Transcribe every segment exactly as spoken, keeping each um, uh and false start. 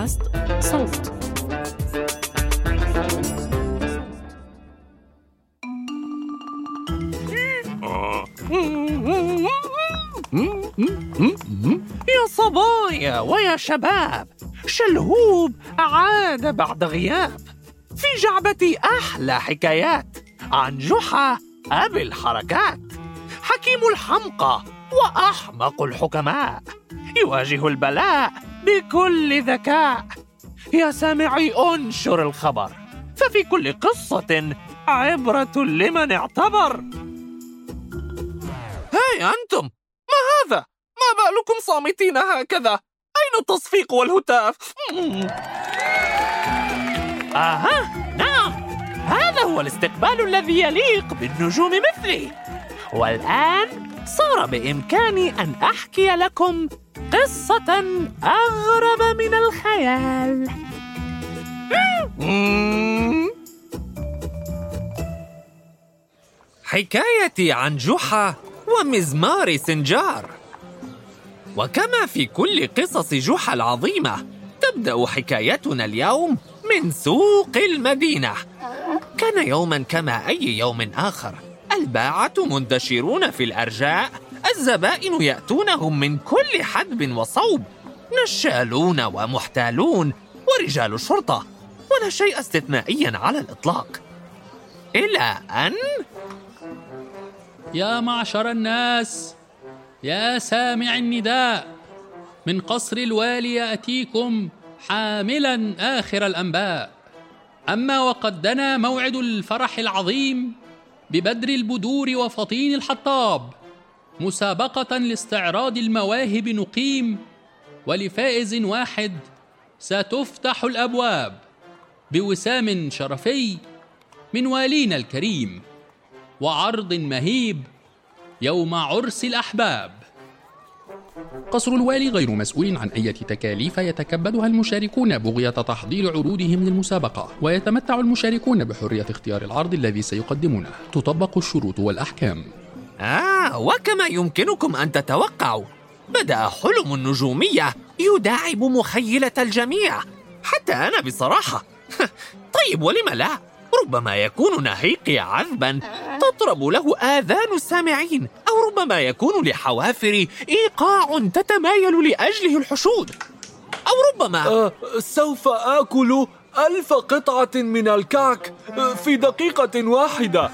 بودكاست صوت. يا صبايا ويا شباب، شلهوب عاد بعد غياب. في جعبتي أحلى حكايات عن جحا أبي الحركات، حكيم الحمقى وأحمق الحكماء، يواجه البلاء بكل ذكاء. يا سامعي أنشر الخبر، ففي كل قصة عبرة لمن اعتبر. هاي أنتم، ما هذا؟ ما بالكم صامتين هكذا؟ أين التصفيق والهتاف؟ آها، نعم، هذا هو الاستقبال الذي يليق بالنجوم مثلي. والآن صار بإمكاني أن أحكي لكم قصة أغرب من الخيال. حكايتي عن جحا ومزمار سنجار. وكما في كل قصص جحا العظيمة، تبدأ حكايتنا اليوم من سوق المدينة. كان يوما كما أي يوم آخر، الباعة منتشرون في الأرجاء، الزبائن يأتونهم من كل حدب وصوب، نشالون ومحتالون ورجال شرطة، ولا شيء استثنائيا على الإطلاق. إلى أن يا معشر الناس، يا سامع النداء، من قصر الوالي يأتيكم حاملا آخر الأنباء. أما وقد دنا موعد الفرح العظيم ببدر البدور وفطين الحطاب، مسابقة لاستعراض المواهب نقيم، ولفائز واحد ستفتح الأبواب بوسام شرفي من والينا الكريم، وعرض مهيب يوم عرس الأحباب. قصر الوالي غير مسؤول عن أي تكاليف يتكبدها المشاركون بغية تحضير عروضهم للمسابقة، ويتمتع المشاركون بحرية اختيار العرض الذي سيقدمونه. تطبق الشروط والأحكام. آه وكما يمكنكم أن تتوقعوا، بدأ حلم النجومية يداعب مخيلة الجميع، حتى أنا بصراحة. طيب ولم لا؟ ربما يكون نهيقي عذبا تطرب له آذان السامعين، أو ربما يكون لحوافري إيقاع تتمايل لأجله الحشود، أو ربما أه سوف آكل ألف قطعة من الكعك في دقيقة واحدة.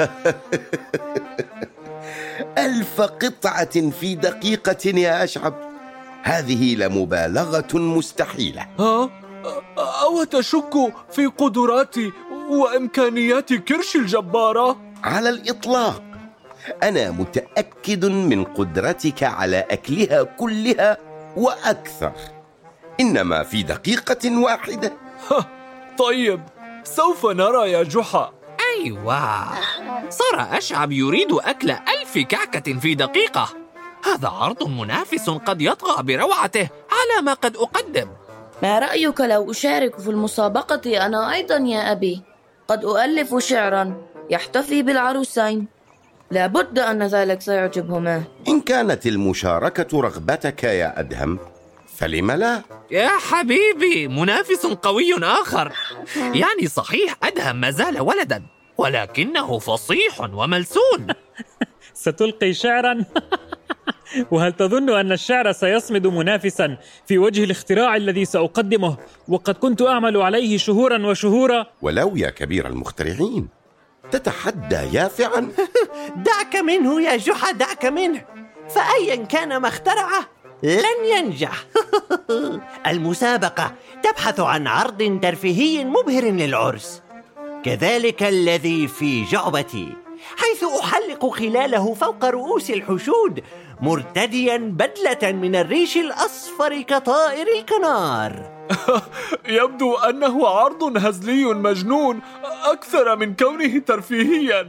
ألف قطعة في دقيقة يا أشعب، هذه لمبالغة مستحيلة. ها؟ أو تشك في قدراتي وإمكانيات كرش الجبارة؟ على الإطلاق، أنا متأكد من قدرتك على أكلها كلها وأكثر، إنما في دقيقة واحدة. طيب، سوف نرى يا جحا. أيوة، صار أشعب يريد أكل ألف كعكة في دقيقة. هذا عرض منافس قد يطغى بروعته على ما قد أقدم. ما رأيك لو أشارك في المسابقة أنا أيضا يا أبي؟ قد أؤلف شعرا يحتفي بالعروسين، لابد أن ذلك سيعجبهما. إن كانت المشاركة رغبتك يا أدهم فلم لا؟ يا حبيبي، منافس قوي آخر. يعني صحيح أدهم ما زال ولدا، ولكنه فصيح وملسون. ستلقي شعرا؟ وهل تظن أن الشعر سيصمد منافسا في وجه الاختراع الذي سأقدمه وقد كنت أعمل عليه شهورا وشهورا؟ ولو يا كبير المخترعين، تتحدى يافعا. دعك منه يا جحا، دعك منه، فأيا كان ما اخترعه لن ينجح. المسابقة تبحث عن عرض ترفيهي مبهر للعرس، كذلك الذي في جعبتي، حيث أحلق خلاله فوق رؤوس الحشود مرتديا بدلة من الريش الأصفر كطائر الكنار. يبدو أنه عرض هزلي مجنون أكثر من كونه ترفيهيا.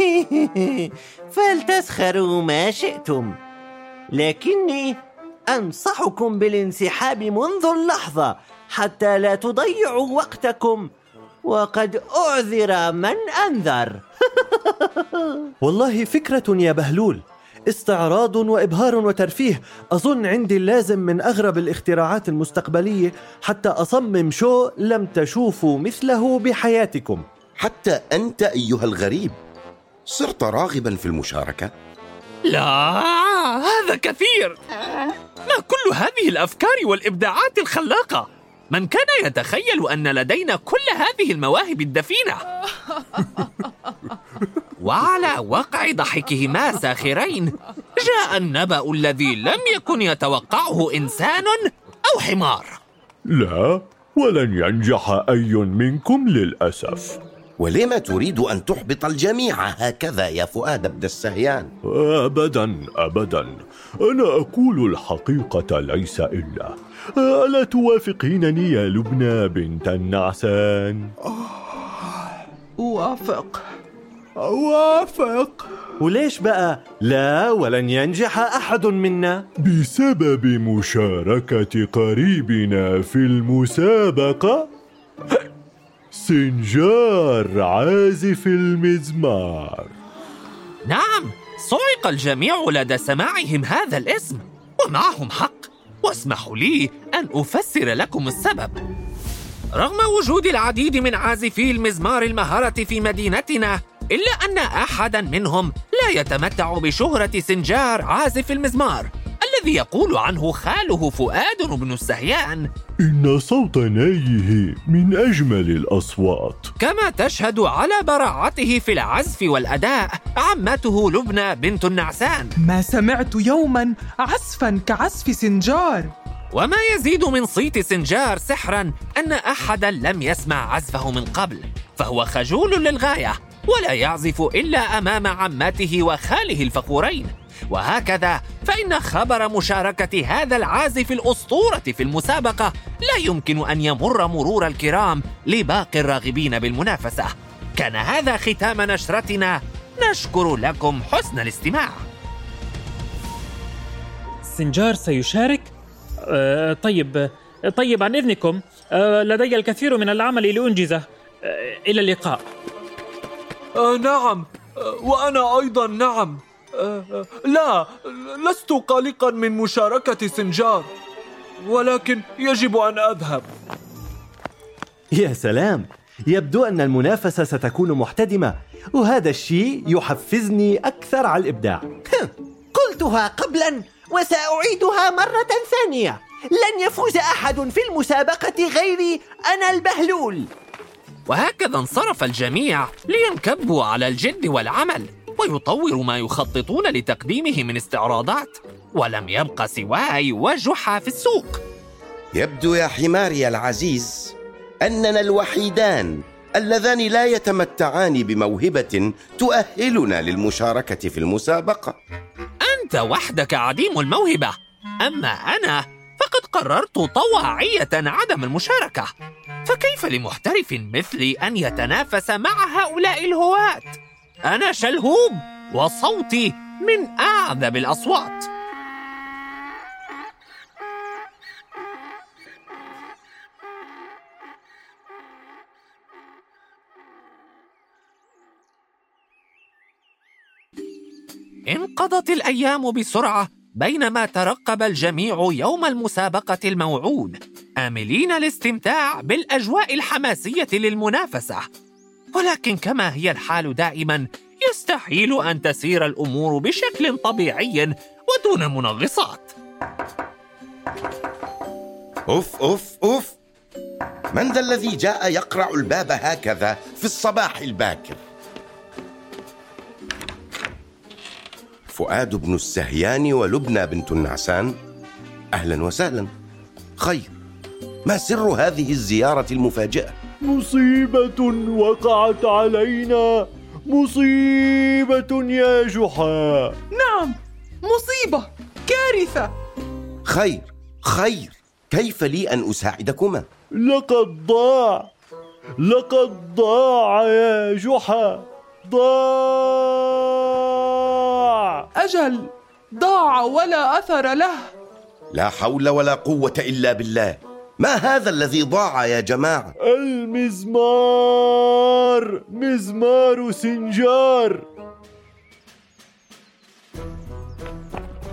فلتسخروا ما شئتم، لكني أنصحكم بالانسحاب منذ اللحظة حتى لا تضيعوا وقتكم، وقد أعذر من أنذر. والله فكرة يا بهلول، استعراض وإبهار وترفيه. أظن عندي اللازم من أغرب الاختراعات المستقبلية حتى أصمم شو لم تشوفوا مثله بحياتكم. حتى أنت أيها الغريب صرت راغبا في المشاركة؟ لا، هذا كثير. ما كل هذه الأفكار والإبداعات الخلاقة؟ من كان يتخيل أن لدينا كل هذه المواهب الدفينة؟ وعلى وقع ضحكهما ساخرين جاء النبأ الذي لم يكن يتوقعه إنسان أو حمار. لا، ولن ينجح أي منكم للأسف. ولما تريد أن تحبط الجميع هكذا يا فؤاد بن السهيان؟ أبدا أبدا، أنا أقول الحقيقة ليس إلا. ألا توافقينني يا لبنى بنت النعسان؟ أوافق أوافق. وليش بقى لا ولن ينجح أحد منا؟ بسبب مشاركة قريبنا في المسابقة سنجار عازف المزمار. نعم، صعق الجميع لدى سماعهم هذا الاسم، ومعهم حق. واسمحوا لي أن أفسر لكم السبب. رغم وجود العديد من عازفي المزمار المهارة في مدينتنا، إلا أن أحدا منهم لا يتمتع بشهرة سنجار عازف المزمار الذي يقول عنه خاله فؤاد بن السهيان إن صوت نايه من أجمل الأصوات. كما تشهد على براعته في العزف والأداء عمته لبنى بنت النعسان. ما سمعت يوما عزفا كعزف سنجار. وما يزيد من صيت سنجار سحرا أن أحدا لم يسمع عزفه من قبل، فهو خجول للغاية ولا يعزف إلا أمام عمته وخاله الفخورين. وهكذا فإن خبر مشاركة هذا العازف الأسطورة في المسابقة لا يمكن أن يمر مرور الكرام لباقي الراغبين بالمنافسة. كان هذا ختام نشرتنا، نشكر لكم حسن الاستماع. سنجار سيشارك؟ آه طيب طيب عن إذنكم، آه لدي الكثير من العمل لأنجزه. آه إلى اللقاء. آه نعم، آه وأنا أيضا نعم. آه آه لا، لست قلقا من مشاركة سنجار، ولكن يجب أن أذهب. يا سلام، يبدو أن المنافسة ستكون محتدمة، وهذا الشيء يحفزني أكثر على الإبداع. قلتها قبلا وسأعيدها مرة ثانية، لن يفوز أحد في المسابقة غيري أنا البهلول. وهكذا انصرف الجميع لينكبوا على الجد والعمل ويطوروا ما يخططون لتقديمه من استعراضات، ولم يبق سواي وجحا في السوق. يبدو يا حماري العزيز أننا الوحيدان اللذان لا يتمتعان بموهبة تؤهلنا للمشاركة في المسابقة. أنت وحدك عديم الموهبة، أما أنا فقد قررت طواعية عدم المشاركة. فكيف لمحترف مثلي أن يتنافس مع هؤلاء الهواة؟ أنا شلهوب وصوتي من أعذب الأصوات. انقضت الأيام بسرعة بينما ترقب الجميع يوم المسابقة الموعود، آملين الاستمتاع بالأجواء الحماسية للمنافسة. ولكن كما هي الحال دائما، يستحيل أن تسير الأمور بشكل طبيعي ودون منغصات. أوف أوف أوف، من ذا الذي جاء يقرع الباب هكذا في الصباح الباكر؟ فؤاد بن السهيان ولبنى بنت النعسان، أهلا وسهلا. خير، ما سر هذه الزيارة المفاجئة؟ مصيبة وقعت علينا، مصيبة يا جحا. نعم، مصيبة، كارثة. خير خير، كيف لي أن أساعدكما؟ لقد ضاع لقد ضاع يا جحا، ضاع. أجل، ضاع ولا أثر له. لا حول ولا قوة إلا بالله. ما هذا الذي ضاع يا جماعة؟ المزمار، مزمار سنجار.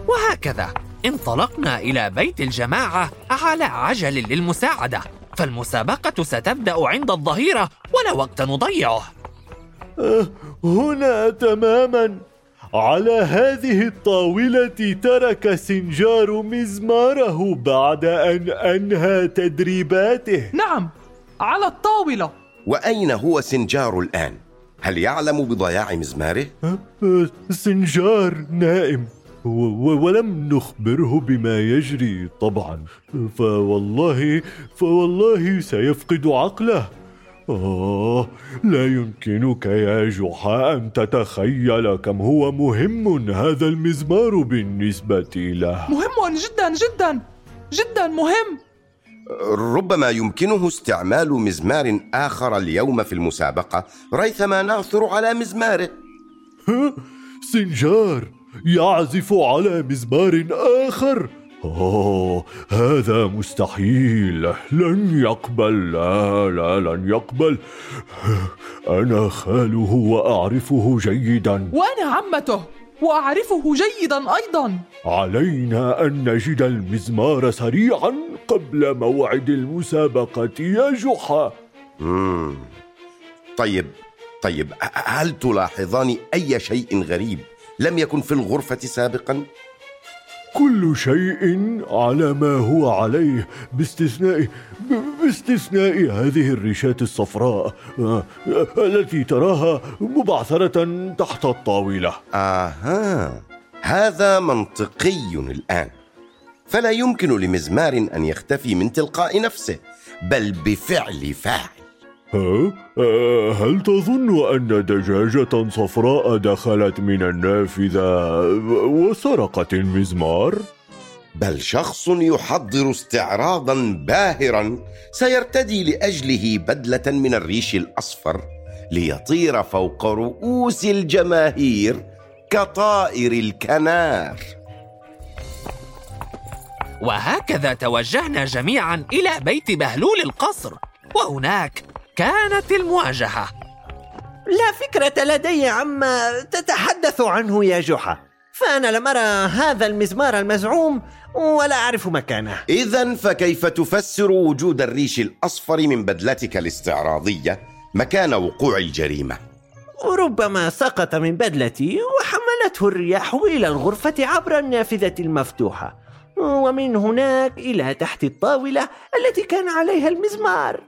وهكذا انطلقنا إلى بيت الجماعة على عجل للمساعدة، فالمسابقة ستبدأ عند الظهيرة ولا وقت نضيعه. أه هنا تماما. على هذه الطاولة ترك سنجار مزماره بعد أن أنهى تدريباته. نعم، على الطاولة. وأين هو سنجار الآن؟ هل يعلم بضياع مزماره؟ أه سنجار نائم، ولم نخبره بما يجري طبعا، فوالله فوالله سيفقد عقله. آه لا يمكنك يا جحا أن تتخيل كم هو مهم هذا المزمار بالنسبة له. مهم جدا جدا جدا مهم. ربما يمكنه استعمال مزمار آخر اليوم في المسابقة ريثما نعثر على مزماره. سنجار يعزف على مزمار آخر؟ آه هذا مستحيل، لن يقبل، لا لا لن يقبل. أنا خاله وأعرفه جيدا. وأنا عمته وأعرفه جيدا أيضا. علينا أن نجد المزمار سريعا قبل موعد المسابقة يا جحا. مم. طيب طيب هل تلاحظان أي شيء غريب لم يكن في الغرفة سابقا؟ كل شيء على ما هو عليه باستثناء باستثناء هذه الريشات الصفراء التي تراها مبعثرة تحت الطاولة. آها، هذا منطقي الآن. فلا يمكن لمزمار أن يختفي من تلقاء نفسه، بل بفعل فاعل. ها؟ هل تظن أن دجاجة صفراء دخلت من النافذة وسرقت المزمار؟ بل شخص يحضر استعراضا باهرا سيرتدي لأجله بدلة من الريش الأصفر ليطير فوق رؤوس الجماهير كطائر الكنار. وهكذا توجهنا جميعا إلى بيت بهلول القصر، وهناك كانت المواجهة. لا فكرة لدي عما تتحدث عنه يا جحا، فأنا لم أرى هذا المزمار المزعوم ولا أعرف مكانه. إذن فكيف تفسر وجود الريش الأصفر من بدلتك الاستعراضية مكان وقوع الجريمة؟ ربما سقط من بدلتي وحملته الرياح إلى الغرفة عبر النافذة المفتوحة، ومن هناك إلى تحت الطاولة التي كان عليها المزمار.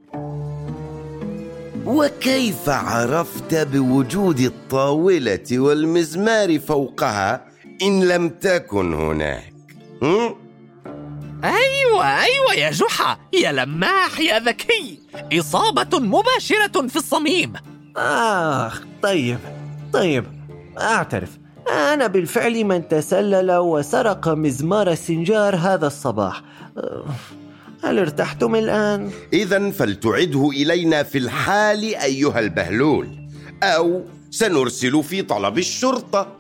وكيف عرفت بوجود الطاولة والمزمار فوقها إن لم تكن هناك؟ هم؟ أيوة أيوة يا جحا، يا لماح يا ذكي، إصابة مباشرة في الصميم. آخ طيب طيب أعترف، أنا بالفعل من تسلل وسرق مزمار السنجار هذا الصباح. هل ارتحتم الآن؟ إذن فلتعده إلينا في الحال أيها البهلول، أو سنرسل في طلب الشرطة.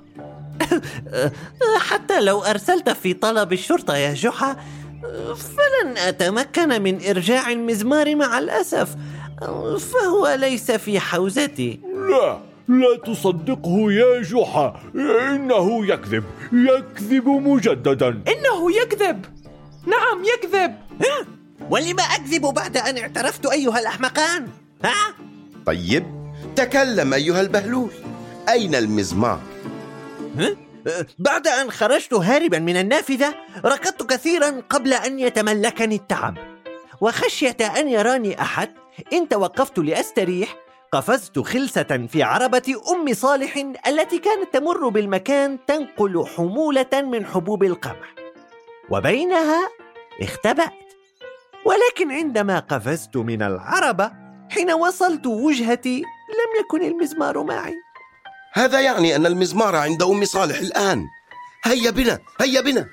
حتى لو أرسلت في طلب الشرطة يا جحا فلن أتمكن من إرجاع المزمار مع الأسف، فهو ليس في حوزتي. لا لا تصدقه يا جحا، إنه يكذب يكذب مجددا. إنه يكذب، نعم يكذب. ولما أكذب بعد أن اعترفت أيها الأحمقان؟ ها؟ طيب تكلم أيها البهلول، أين المزمار؟ ها؟ بعد أن خرجت هاربا من النافذة ركضت كثيرا قبل أن يتملكني التعب، وخشية أن يراني أحد إن توقفت لأستريح قفزت خلسة في عربة أم صالح التي كانت تمر بالمكان تنقل حمولة من حبوب القمح، وبينها اختبأت. ولكن عندما قفزت من العربة حين وصلت وجهتي لم يكن المزمار معي. هذا يعني أن المزمار عند أم صالح الآن. هيا بنا هيا بنا.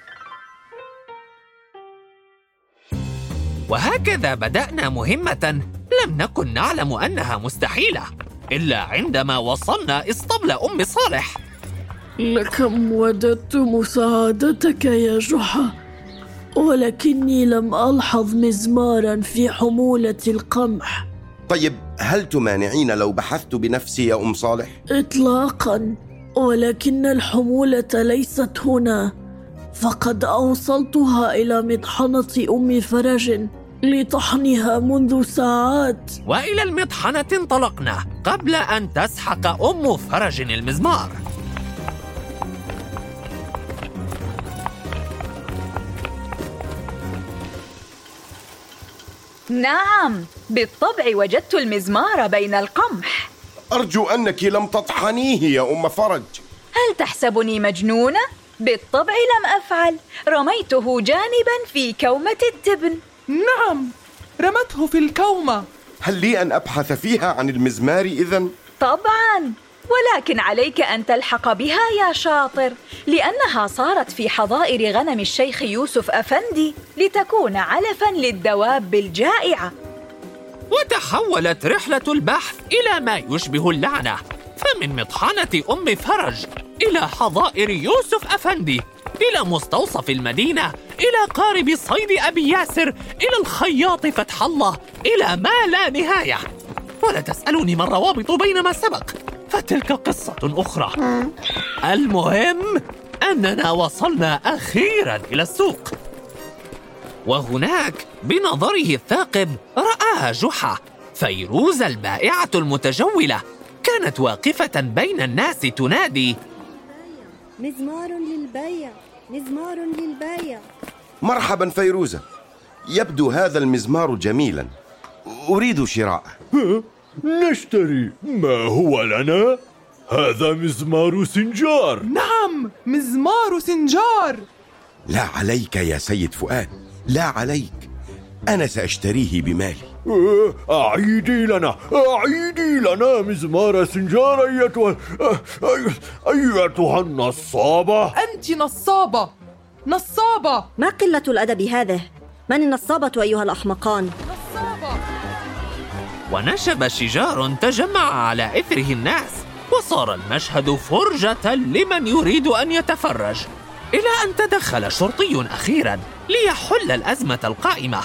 وهكذا بدأنا مهمة لم نكن نعلم أنها مستحيلة إلا عندما وصلنا اسطبل أم صالح. لكم وددت مساعدتك يا جحا، ولكني لم ألحظ مزمارا في حمولة القمح. طيب هل تمانعين لو بحثت بنفسي يا أم صالح؟ إطلاقا، ولكن الحمولة ليست هنا، فقد أوصلتها إلى مطحنة أم فرج لطحنها منذ ساعات. وإلى المطحنة انطلقنا قبل أن تسحق أم فرج المزمار. نعم، بالطبع وجدت المزمار بين القمح. أرجو أنك لم تطحنيه يا أم فرج. هل تحسبني مجنونة؟ بالطبع لم أفعل، رميته جانبا في كومة التبن. نعم، رمته في الكومة. هل لي أن أبحث فيها عن المزمار إذن؟ طبعا، ولكن عليك أن تلحق بها يا شاطر، لأنها صارت في حظائر غنم الشيخ يوسف أفندي لتكون علفا للدواب الجائعة. وتحولت رحلة البحث إلى ما يشبه اللعنة، فمن مطحنة أم فرج إلى حظائر يوسف أفندي، إلى مستوصف المدينة، إلى قارب صيد أبي ياسر، إلى الخياط فتح الله، إلى ما لا نهاية. ولا تسألوني ما الروابط بين ما سبق، فتلك قصة أخرى. المهم أننا وصلنا أخيراً إلى السوق، وهناك بنظره الثاقب رآها جحا، فيروز البائعة المتجولة، كانت واقفة بين الناس تنادي: مزمار للبيع، مزمار للبيع. مرحبا فيروزة، يبدو هذا المزمار جميلا، أريد شراءه. نشتري. ما هو لنا؟ هذا مزمار سنجار. نعم، مزمار سنجار. لا عليك يا سيد فؤاد، لا عليك، أنا سأشتريه بمالي. أعيدي لنا، أعيدي لنا مزمار سنجار أيتها أيتها النصابة. أنت نصابة، نصابة. ما قلة الأدب هذه؟ من النصابة أيها الأحمقان؟ نصابة. ونشب شجار تجمع على إثره الناس، وصار المشهد فرجة لمن يريد أن يتفرج، إلى أن تدخل شرطي أخيراً ليحل الأزمة القائمة.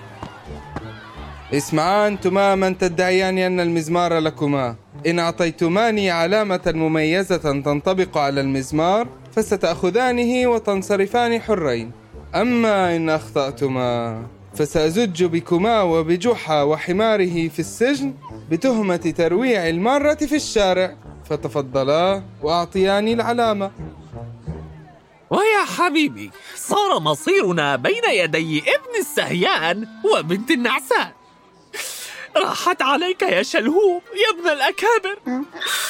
اسمعا أنتما من تدعيان أن المزمار لكما، إن أعطيتماني علامة مميزة تنطبق على المزمار فستأخذانه وتنصرفان حرين، أما إن أخطأتما فسأزج بكما وبجحا وحماره في السجن بتهمة ترويع المارة في الشارع، فتفضلا وأعطياني العلامة. ويا حبيبي، صار مصيرنا بين يدي ابن السهيان وبنت النعسان. راحت عليك يا شلهوب يا ابن الأكابر.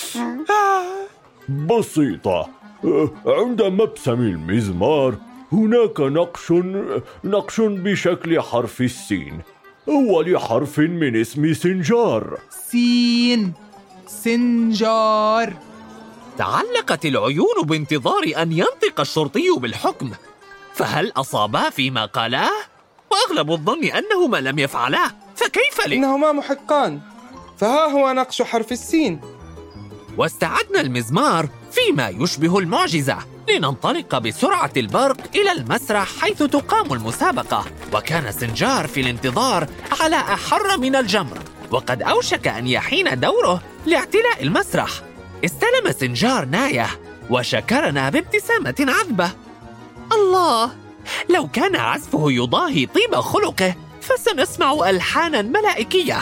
بسيطة، عند مبسم المزمار هناك نقش نقش بشكل حرف السين، أول حرف من اسم سنجار. سين، سنجار. تعلقت العيون بانتظار أن ينطق الشرطي بالحكم، فهل أصابا فيما قالاه؟ وأغلب الظن أنهما لم يفعلاه، فكيف لي؟ إنهما محقان، فها هو نقش حرف السين. واستعدنا المزمار فيما يشبه المعجزة لننطلق بسرعة البرق إلى المسرح حيث تقام المسابقة. وكان سنجار في الانتظار على أحر من الجمر، وقد أوشك أن يحين دوره لاعتلاء المسرح. استلم سنجار نايه وشكرنا بابتسامة عذبة. الله، لو كان عزفه يضاهي طيب خلقه فسنسمع ألحانا ملائكية.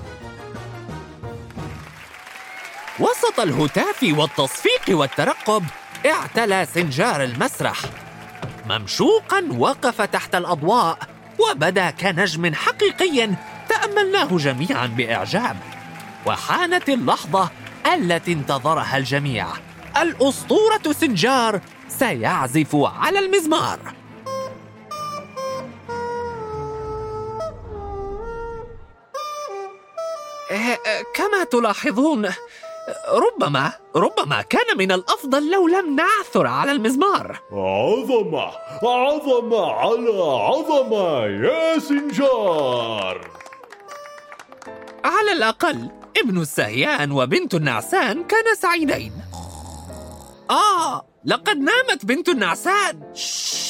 وسط الهتاف والتصفيق والترقب اعتلى سنجار المسرح. ممشوقا وقف تحت الأضواء وبدا كنجم حقيقي تأملناه جميعا بإعجاب. وحانت اللحظة التي انتظرها الجميع، الأسطورة سنجار سيعزف على المزمار. كما تلاحظون، ربما ربما كان من الأفضل لو لم نعثر على المزمار. عظمة عظمة على عظمة يا سنجار. على الأقل ابن السهيان وبنت النعسان كانا سعيدين. آه، لقد نامت بنت النعسان.